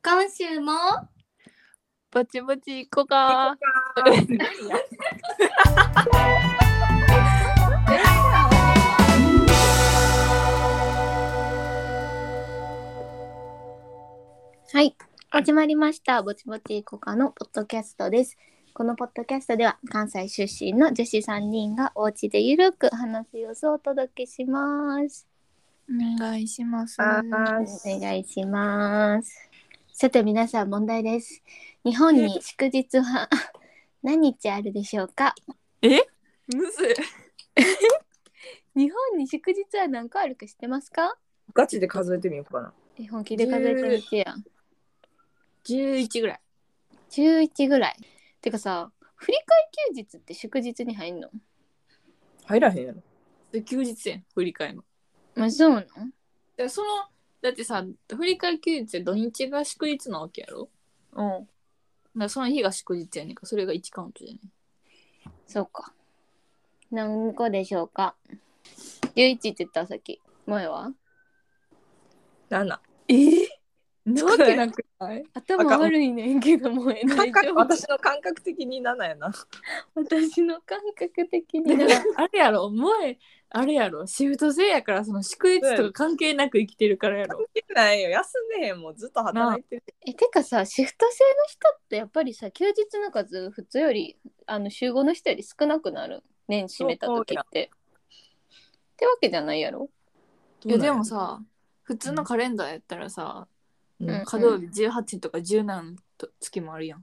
今週もぼちぼち行こうか。 はい、始まりましたぼちぼちコカのポッドキャストです。このポッドキャストでは関西出身の女子3人がお家でゆるく話す様子をお届けします。 お願いします。 お願いします。さて皆さん、問題です。日本に祝日は何日あるでしょうか？ むずい。 日本に祝日は何個あるか知ってますか？ ガチで数えてみようかな。 本気で数えてみてや。 11ぐらい。 11ぐらい。てかさ、振り替え休日って祝日に入んの？ 入らへんやろ。 休日やん、振り替えの。 そうなの？ だってさ、振り替え休日って土日が祝日なわけやろ。だからその日が祝日やねんか。それが1カウントじゃね。 そうか。何個でしょうか？11って言ったさっき。前は 7。 なわけなくない？ 頭悪いねんけどもう私の感覚的に7やな。 私の感覚的にだからあれやろ、あれやろ、シフト制やからその祝日とか関係なく生きてるからやろ。 関係ないよ、休んでへんもん、ずっと働いてる。 てかさ、シフト制の人ってやっぱりさ、休日の数普通より週5の人より少なくなる。年閉めた時って。ってわけじゃないやろ。 いやでもさ、普通のカレンダーやったらさ、 うん、 稼働日18とか17の月もあるやん。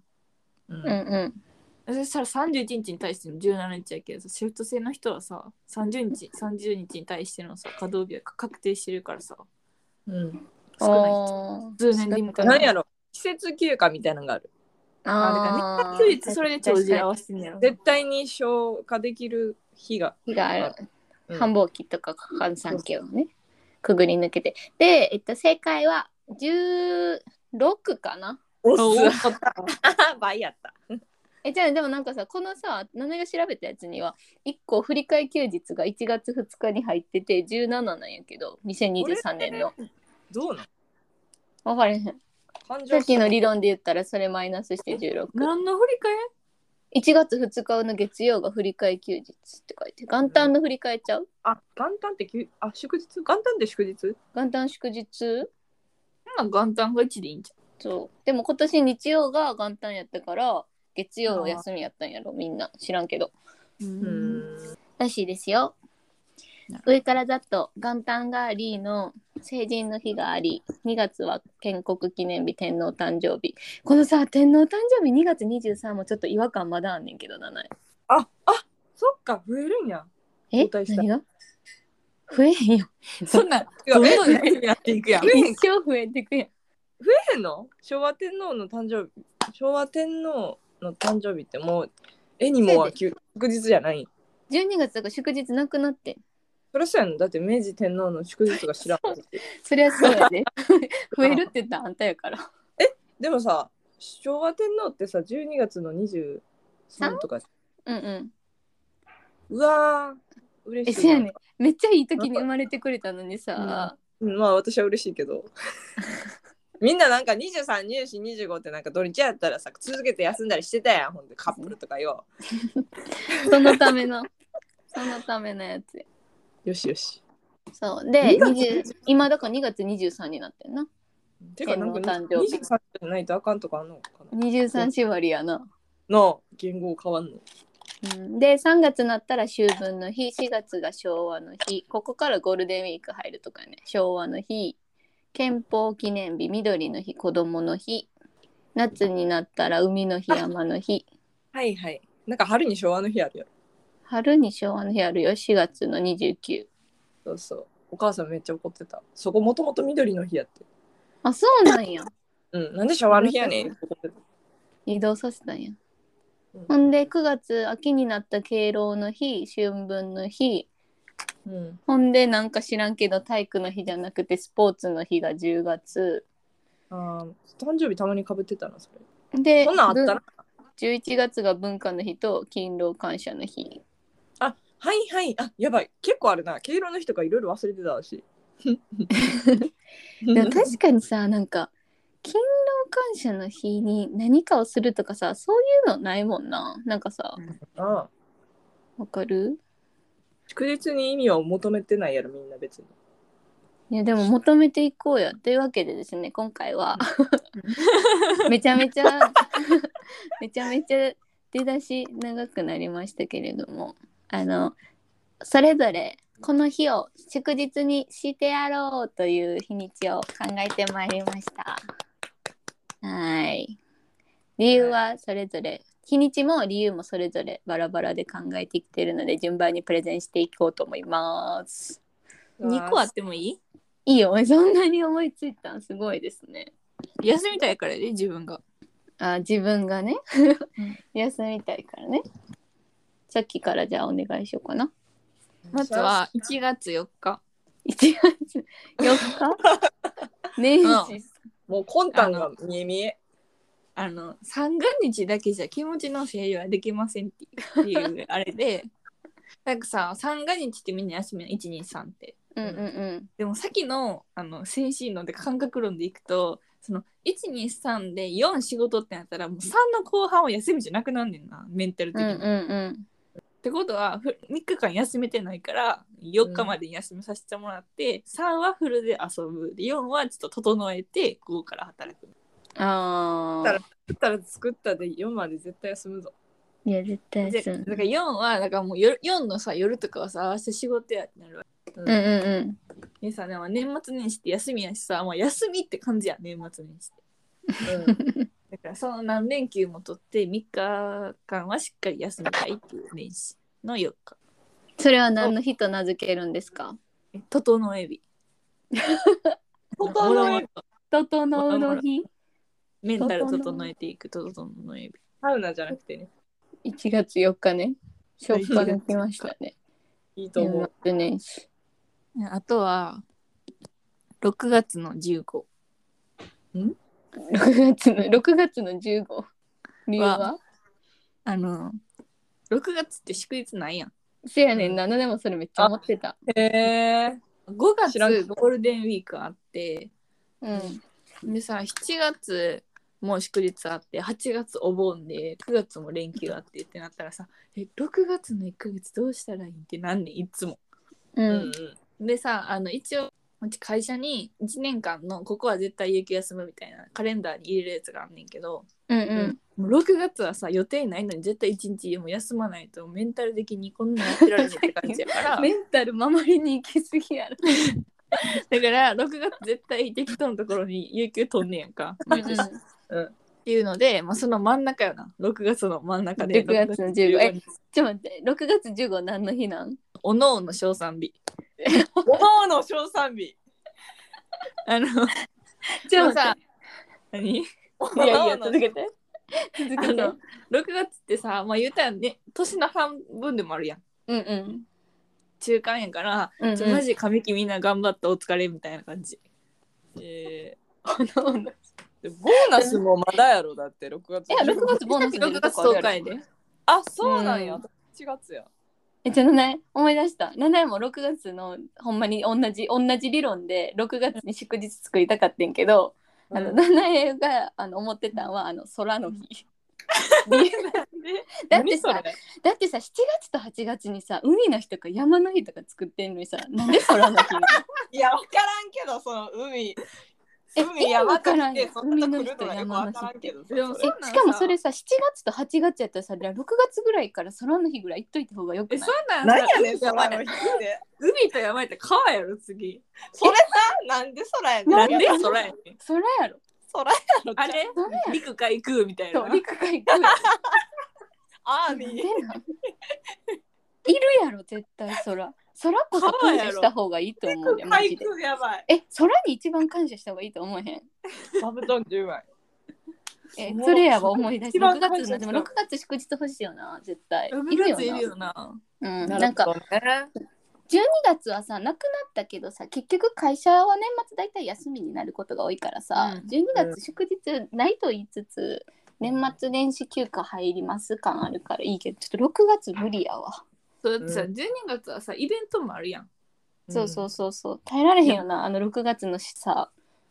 そしたら31日に対しての17日やけどさ、シフト制の人はさ、30日に対してのさ、稼働日が確定してるからさ、少ない。数年で向かう。 何やろ、季節休暇みたいなのがある。 だから休日それで帳尻合わせてんねやろ。 絶対に消化できる日がある。繁忙期とか換算期をね、くぐり抜けて。で、正解は16かな。 倍やった。 じゃあでもなんかさ、このさ、7が調べたやつには1個振り替え休日が1月2日に入ってて17なんやけど、2023年の。 どうなん？ 分かれへん。さっきの理論で言ったらそれマイナスして16。 何の振り替え？ 1 月2日の月曜が振り替え休日って書いて、元旦の振り替えちゃう？ 元旦って祝日？元旦って祝日？ 元旦祝日？ 元旦が1でいいんじゃん。 そう。でも今年日曜が元旦やったから月曜休みやったんやろ、みんな。知らんけど。らしいですよ。上からざっと元旦がありの成人の日があり、2月は建国記念日、天皇誕生日。このさ、天皇誕生日2月23もちょっと違和感まだあんねんけどな。 そっか、増えるんや。 何が増えへんよ。 そんなどんどんやっていくやん。 一生増えていくやん。 増えへんの？昭和天皇の誕生日ってもう絵にもは祝日じゃない。 12月とか祝日なくなって。 そりゃそうやん。だって明治天皇の祝日が知らんそりゃそうやで。増えるって言ったらあんたやから。 でもさ、昭和天皇ってさ、12月の23とか。うわー、嬉しい。 やね、めっちゃいい時に生まれてくれたのにさ。 まあ私は嬉しいけど。みんななんか23、24、25ってなんか土日やったらさ、続けて休んだりしてたやん。ほんでカップルとかよ。 そのためのやつ。 よしよし。 そうで、今だから2月23になってんな。 てかなんか23じゃないとあかんとかあんのかな。 23縛りやな。 の言語変わんの。 で3月になったら秋分の日、4月が昭和の日、ここからゴールデンウィーク入るとかね。昭和の日、憲法記念日、緑の日、子供の日、夏になったら海の日、山の日。 はいはい。なんか春に昭和の日あるやろ。 春に昭和の日あるよ、4月の29。 そうそう。お母さんめっちゃ怒ってた。そこもともと緑の日やって。 あ、そうなんや。 なんで昭和の日やねん。 移動させたんや。ほんで9月秋になった敬老の日、春分の日、ほんでなんか知らんけど体育の日じゃなくてスポーツの日が10月。 誕生日たまに被ってたなそれ。 で、 そんなんあったな。 11月が文化の日と勤労感謝の日。 はいはい。やばい。結構あるな。敬老の日とかいろいろ忘れてたし。 でも確かにさ、なんか勤労感謝の日に何かをするとかさ、そういうのないもんな。なんかさ、 ああわかる？ 祝日に意味を求めてないやろみんな別に。 いやでも求めていこうよというわけでですね、今回はめちゃめちゃめちゃめちゃ出だし長くなりましたけれども、それぞれこの日を祝日にしてやろうという日にちを考えてまいりました。はい。理由はそれぞれ、日にちも理由もそれぞれバラバラで考えてきているので、順番にプレゼンしていこうと思います。 2個あってもいい？ いいよ、そんなに思いついたんすごいですね。 休みたいからね、自分が。 自分がね休みたいからね。さっきからじゃあお願いしようかな。 まずは1月4日。 1月4日年始、 もう魂胆が見え見え。 三が日だけじゃ気持ちの整理はできませんっていうあれでなんかさ、三が日ってみんな休みの123って、でもさっきの精神論で感覚論でいくと、その123で4仕事ってなったらもう3の後半は休みじゃなくなんねんな、メンタル的に、ってことは3日間休めてないから4日までに休みさせてもらって、3はフルで遊ぶで4はちょっと整えて午後から働く。 作ったで4まで絶対休むぞ。 いや絶対休む。だから4はだからもう4のさ夜とかはさ明日仕事やってなるわけ。でさ、でも年末年始って休みやしさ、もう休みって感じや、年末年始って、だからその何連休も取って3日間はしっかり休みたいっていう年始の4日。 それは何の日と名付けるんですか？ 整え日。 整うの日。 メンタル整えていく整え日。 サウナじゃなくてね。 1月4日ね。初っ端来ましたね。 いいと思う。 年始。 あとは6月の15。 6月の15。理由は 6月って祝日ないやん。 せやねんな、でもそれめっちゃ思ってた。 5月ゴールデンウィークあって、でさ、7月もう祝日あって、8月お盆で、9月も連休あってってなったらさ、6月の1ヶ月どうしたらいいってなんねん、いつも。でさ、一応うち会社に1年間のここは絶対有給休むみたいなカレンダーに入れるやつがあんねんけど、もう6月はさ予定ないのに絶対1日でも休まないとメンタル的にこんなやってられないって感じやからメンタル守りに行き過ぎやろだから6月絶対適当なところに有給取んねやんか、っていうので、その真ん中よな、6月の真ん中で 6月の15。ちょっと待って、6月15何の日なん？ おのおの小賛日。 おのおの小賛日。 ちょっとさ、 何？いや続けて。 6月ってさ、言うたらね、年の半分でもあるやん。中間やから、マジ上期みんな頑張ってお疲れみたいな感じ。 ボーナスもまだやろ、だって6月。 6月ボーナス 6月10日やで。 あ、そうなんや。4月や。 じゃあね、思い出した。7も6月のほんまに同じ理論で6月に祝日作りたかったんけど、7が思ってたのは空の日。だってさ7月と8月にさ海の日とか山の日とか作ってんのにさ、なんで空の日なの？ いや分からんけど、その海山と来てそんな来るのがよく分からんけど、 しかもそれさ7月と8月やったらさ6月ぐらいから空の日ぐらい行っといた方がよくない？ そんなん何やねん空の日って海と山やったら川やろ次。 それさ、なんで空やねん。 なんで空やねん。 空やろ。 空やろ。 あれ陸海空みたいな。 そう陸海空。 アーミー。 いるやろ絶対空こそ感謝した方がいいと思うで、マジで。 やばい。 空に一番感謝した方がいいと思えへん？ 座布団10枚。 それやば思い出して。6月のでも6月祝日欲しいよな、絶対。 いるよな。 なんか12月はさなくなったけどさ、結局会社は年末だいたい休みになることが多いからさ、12月祝日ないと言いつつ、年末年始休暇入ります感あるからいいけど、ちょっと6月無理やわ。 そうだってさ、12月はさイベントもあるやん。 そう耐えられへんよな、6月のさ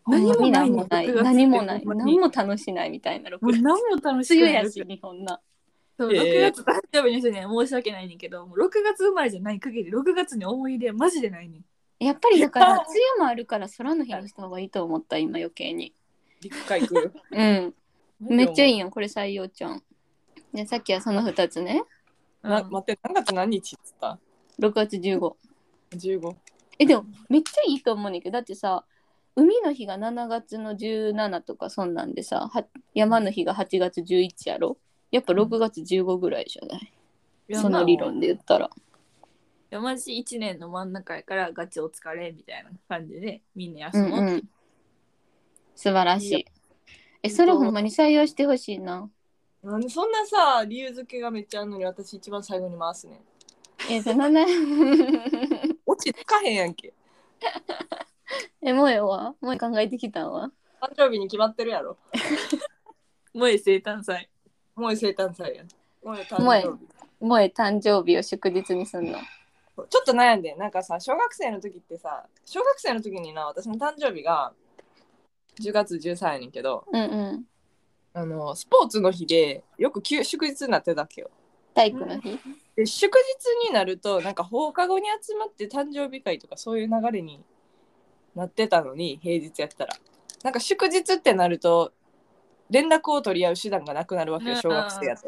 何もないね。 何もない。何も楽しないみたいな。 もう何も楽しくない。 梅雨やし、日本な。 そう、6月誕生日の人には申し訳ないねんけど、もう6月生まれじゃない限り6月に思い出マジでないねん。 やっぱりだから梅雨もあるから空の日にした方がいいと思った今余計に。 陸海空。 うん。めっちゃいいやんこれ採用ちゃん。じゃさっきはその2つね。 待って何月何日っつった？ 6月15。 15。 でもめっちゃいいと思うねんけど、だってさ海の日が7月の17とかそんなんでさ、山の日が8月11やろ。やっぱ6月15ぐらいじゃない、その理論で言ったら。 いやマジ1年の真ん中やからガチお疲れみたいな感じでみんな休もうって、 素晴らしい。それほんまに採用してほしいな。 なんでそんなさ理由付けがめっちゃあるのに私一番最後に回すね。 なんで落ち着かへんやんけ。 もえはもう考えてきたんは誕生日に決まってるやろ。 もえ生誕祭。 もえ生誕祭やん。もえ誕生日を祝日にすんの。 ちょっと悩んで、なんかさ、小学生の時ってさ、小学生の時にな、私の誕生日が10月13やねんけど、スポーツの日でよく祝日になってたっけよ。 体育の日。 で、祝日になると、なんか放課後に集まって誕生日会とかそういう流れになってたのに、平日やったら。なんか祝日ってなると、連絡を取り合う手段がなくなるわけよ、小学生やと。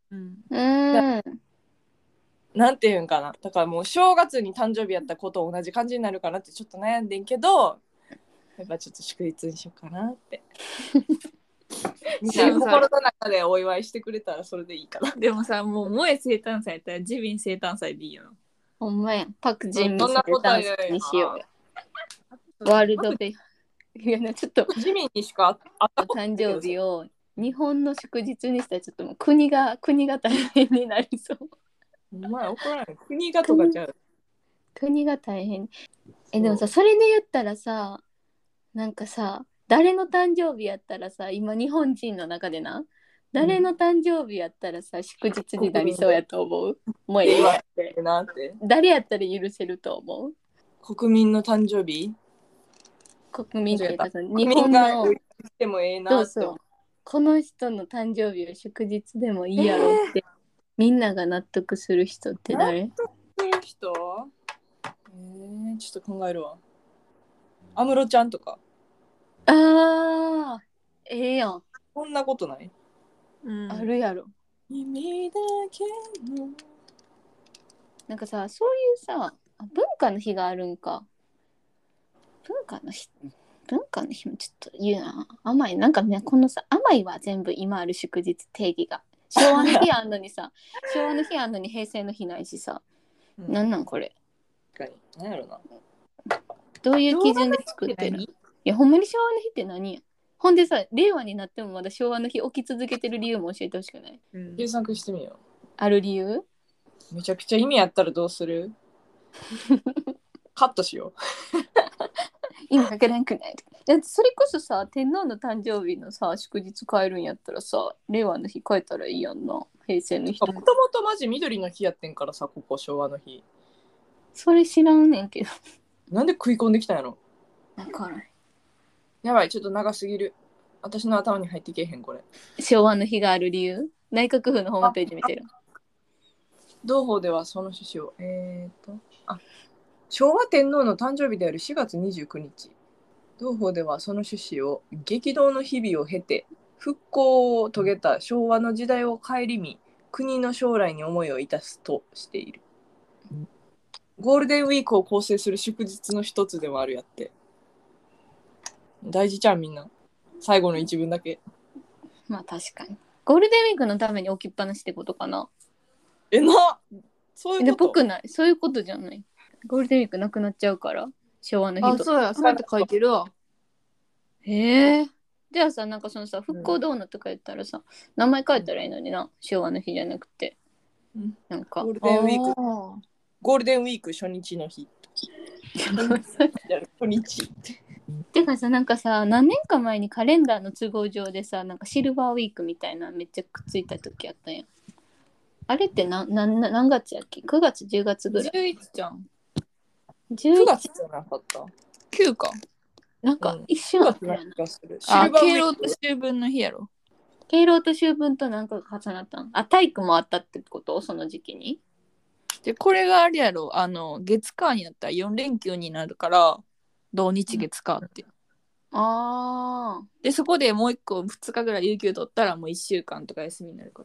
なんていうんかな、だからもう正月に誕生日やったこと同じ感じになるかなってちょっと悩んでんけど、やっぱちょっと祝日にしようかなって心の中でお祝いしてくれたらそれでいいかな。 でもさ、もう萌え生誕祭やったらジビン生誕祭でいいよな。 ほんまや、パクジン生誕祭にしようよ。ワールドベイいやね、ちょっとジミンにしか誕生日を日本の祝日にしたらちょっともう国が大変になりそう。 お前怒らない。国がとかちゃう。 国が大変。でもさ、それで言ったらさ、なんかさ、誰の誕生日やったらさ、今日本人の中でな、誰の誕生日やったらさ、祝日になりそうやと思う？もう今ってなって。 誰やったら許せると思う？ 国民の誕生日？ 国民って言ったら日本がしてもええなって。 そうこの人の誕生日は祝日でもいいやろって、みんなが納得する人って誰？ 納得する人？ちょっと考えるわ。安室ちゃんとか。 やん。 そんなことない？ あるやろ。 耳だけのなんかさ、そういうさ、文化の日があるんか。文化の日もちょっと言うな。甘い。なんかね、このさ、甘いは全部今ある祝日定義が。昭和の日あんのにさ、昭和の日あんのに平成の日ないしさ。なんこれ。 確かに。なんやろな。 どういう基準で作ってる？いや、ほんまに昭和の日って何や？ほんでさ、令和になってもまだ昭和の日起き続けてる理由も教えてほしくない？ 検索してみよう。 ある理由？ めちゃくちゃ意味あったらどうする？カットしよう。 意味かけなくない？だってそれこそさ、天皇の誕生日のさ、祝日変えるんやったらさ、令和の日変えたらいいやんな。平成の日。 もともとマジ緑の日やってんからさ、ここ昭和の日。 それ知らんねんけど。 なんで食い込んできたんやろ？ わからん。 やばい、ちょっと長すぎる。私の頭に入ってけえへん、これ。 昭和の日がある理由？内閣府のホームページ見てる。 同法ではその趣旨を。昭和天皇の誕生日である4月29日。同法ではその趣旨を激動の日々を経て復興を遂げた昭和の時代を顧み、国の将来に思いをいたすとしている。ゴールデンウィークを構成する祝日の一つでもあるやって。大事じゃんみんな。最後の一文だけ。 まあ確かに。ゴールデンウィークのために置きっぱなしってことかな。 そういうこと？ でぽくない？そういうことじゃない。ゴールデンウィークなくなっちゃうから昭和の日と。 そうや、そうやって書いてるわ。 じゃあさ、なんかそのさ、復興どうのとか言ったらさ、名前変えたらいいのにな、昭和の日じゃなくて。なんかゴールデンウィーク。ゴールデンウィーク初日の日。初日って。 てかさ、なんかさ、何年か前にカレンダーの都合上でさ、なんかシルバーウィークみたいなめっちゃくっついた時あったんや。あれって何月やっけ？ 9 月10月ぐらい。 11じゃん。 9月じゃなかった？ 9か。 なんか一瞬あったよな。 敬老と秋分の日やろ。 敬老と秋分となんかが重なったん。あ、体育もあったってことその時期に。 で、これがあれやろ。月火になったら4連休になるから、土日月火って。 ああ。 で、そこでもう一個2日ぐらい有給取ったらもう1週間とか休みになるから。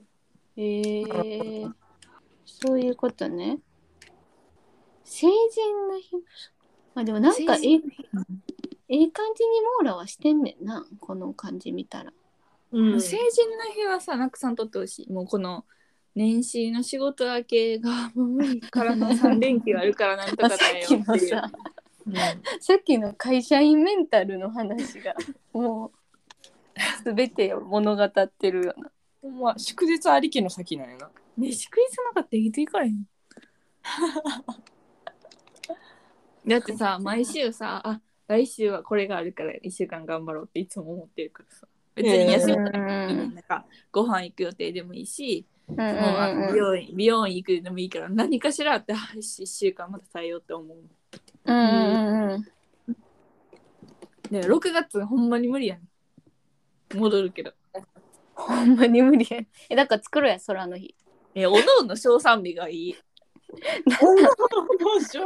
そういうことね。成人の日。まあでもなんかええ感じに網羅はしてんねんな。この感じ見たら。 成人の日はさ、なくさんとってほしい。もうこの年始の仕事明けがもう無理からの3連休あるからなんとかだよっていう。 さっきの会社員メンタルの話がもう全てを物語ってるような。 ほんま祝日ありきの先なんやな。 ね、祝日なかったら生きていかれへん。だってさ、毎週さ、来週はこれがあるから1週間頑張ろうっていつも思ってるからさ。別に休みたらなんかご飯行く予定でもいいし、もう美容院行くでもいいから何かしらあって1週間また耐えようって思う。で6月ほんまに無理やねん。戻るけど。 ほんまに無理やん。だから作ろうや、空の日。 おのおの小賛日がいい。 それ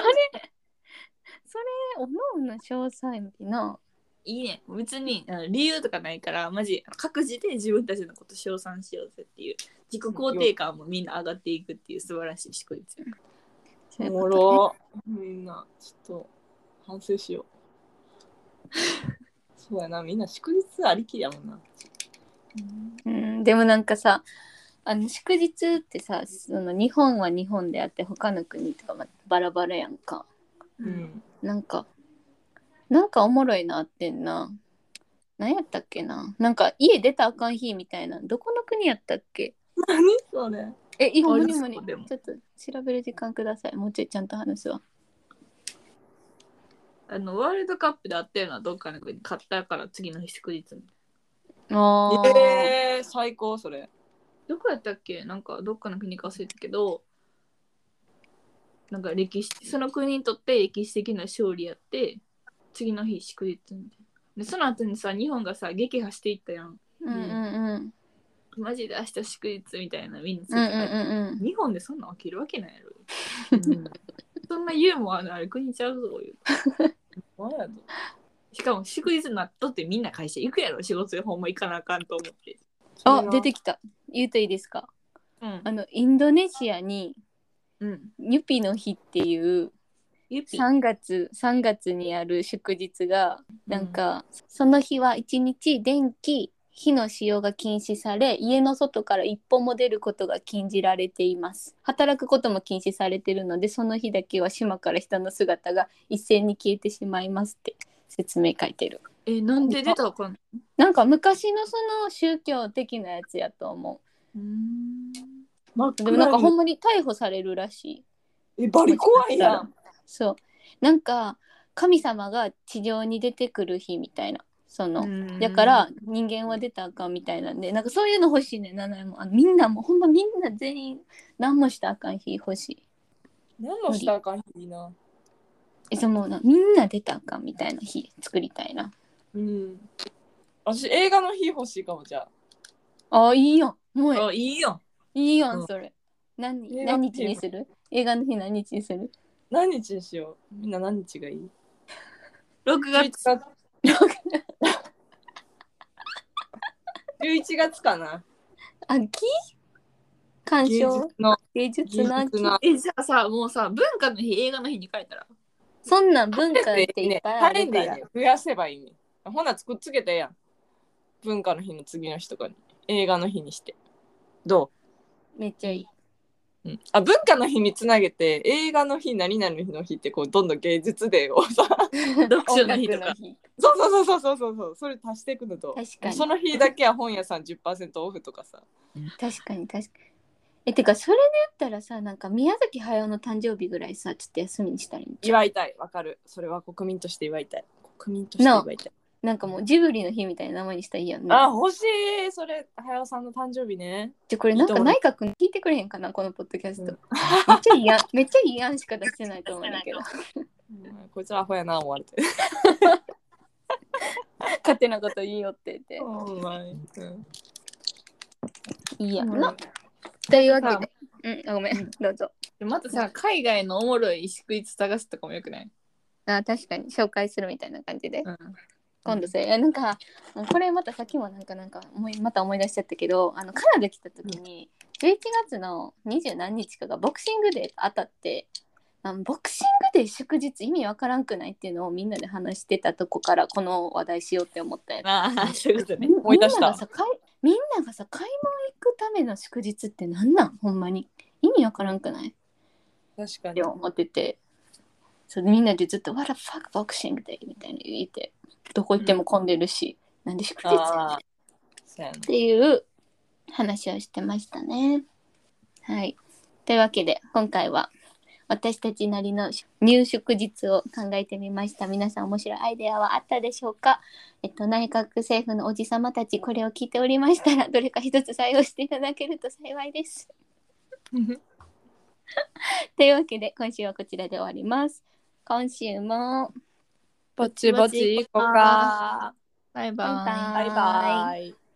おのおの小賛日な。 いいね。別に理由とかないからマジ各自で自分たちのこと称賛しようぜっていう自己肯定感もみんな上がっていくっていう素晴らしい祝日。 おもろ。みんなちょっと反省しよう。そうやな、みんな祝日ありきやもんな。 でもなんかさ、祝日ってさ、その日本は日本であって他の国とかバラバラやんか。なんかおもろいなってんな。何やったっけな。なんか家出たらあかん日みたいな。どこの国やったっけ。 何それ。 いいほんまにちょっと調べる時間ください。もうちょいちゃんと話すわ。 ワールドカップであったようなどっかの国勝ったから次の日祝日みたいな。最高それ。 どこやったっけ。なんかどっかの国か忘れたけど、なんかその国にとって歴史的な勝利やって次の日祝日みたいな。でその後にさ日本がさ撃破していったやん。マジで明日祝日みたいなみんな日本でそんな起きるわけないやろ。そんなユーモアのある国ちゃうぞいう。しかも祝日になっとってみんな会社行くやろ。仕事でほんま行かなあかんと思って。 出てきた。言うといいですか。インドネシアにニュピの日っていう3月にある祝日がなんか、その日は1日電気火の使用が禁止され、家の外から一歩も出ることが禁じられています。働くことも禁止されているので、その日だけは島から人の姿が一斉に消えてしまいますって説明書いてる。 なんで出たのかな。 なんか昔のその宗教的なやつやと思う。でもなんかほんまに逮捕されるらしい。 バリ怖いやん。 そう。なんか神様が地上に出てくる日みたいな。だから人間は出たらあかんみたいなんで、なんかそういうの欲しいね。みんなもほんまみんな全員何もしたらあかん日欲しい。 何もしたらあかん日いいな。 みんな出たらあかんみたいな日作りたいな。 私映画の日欲しいかも。じゃあ。 いいよ。もういいよ。 いいよそれ。何日にする？映画の日何日にする？ 何日にしよう。みんな何日がいい ？6月。 11月かな。 秋？鑑賞芸術の秋。 じゃあさ、もうさ、文化の日、映画の日に変えたら。 そんなん文化っていっぱいあるから。 増やせばいいね。ほなくっつけたやん。文化の日の次の日とかに映画の日にして。どう？めっちゃいい。 文化の日につなげて映画の日何々の日ってこうどんどん芸術デーをさ読書の日とかそうそれ足していくのと、 確かにその日だけは本屋さん 10% オフとかさ。 確かにてかそれで言ったらさ、なんか宮崎駿の誕生日ぐらいさちょっと休みにしたらいいんちゃう？ 祝いたい。わかる。それは国民として祝いたい。 なんかもうジブリの日みたいな名前にしたらいいやんね。 欲しい。それ駿さんの誕生日ね。 じゃこれなんか内閣に聞いてくれへんかなこのポッドキャスト。めっちゃいい案しか出してないと思うんだけど。 こいつはアホやな思われてる。 勝手なこと言いよってて。 ほんまに。 いいやんな。というわけで、ごめん、どうぞ。 またさ、海外のおもろい祝日探すとかもよくない？ 確かに紹介するみたいな感じで。今度さ、 うなんかこれまたさっきもまた思い出しちゃったけど、カナダ来た時に11月の20何日かがボクシングデーと当たって、ボクシングデー祝日意味わからんくないっていうのをみんなで話してたとこからこの話題しようって思ったやつ。 そういうことね。思い出した。 みんながさ買い物行くための祝日ってなんなんほんまに意味わからんくない？ 確かに。 って思ってて、そうみんなでずっと What the fuck boxing day みたいに言って、どこ行っても混んでるし、なんで祝日っていう話をしてましたね。はい。というわけで今回は私たちなりの入祝日を考えてみました。皆さん面白いアイデアはあったでしょうか？内閣政府のおじさまたちこれを聞いておりましたらどれか一つ採用していただけると幸いです。というわけで今週はこちらで終わります。今週もぼちぼち行こうか。バイバイ。 バイバイ。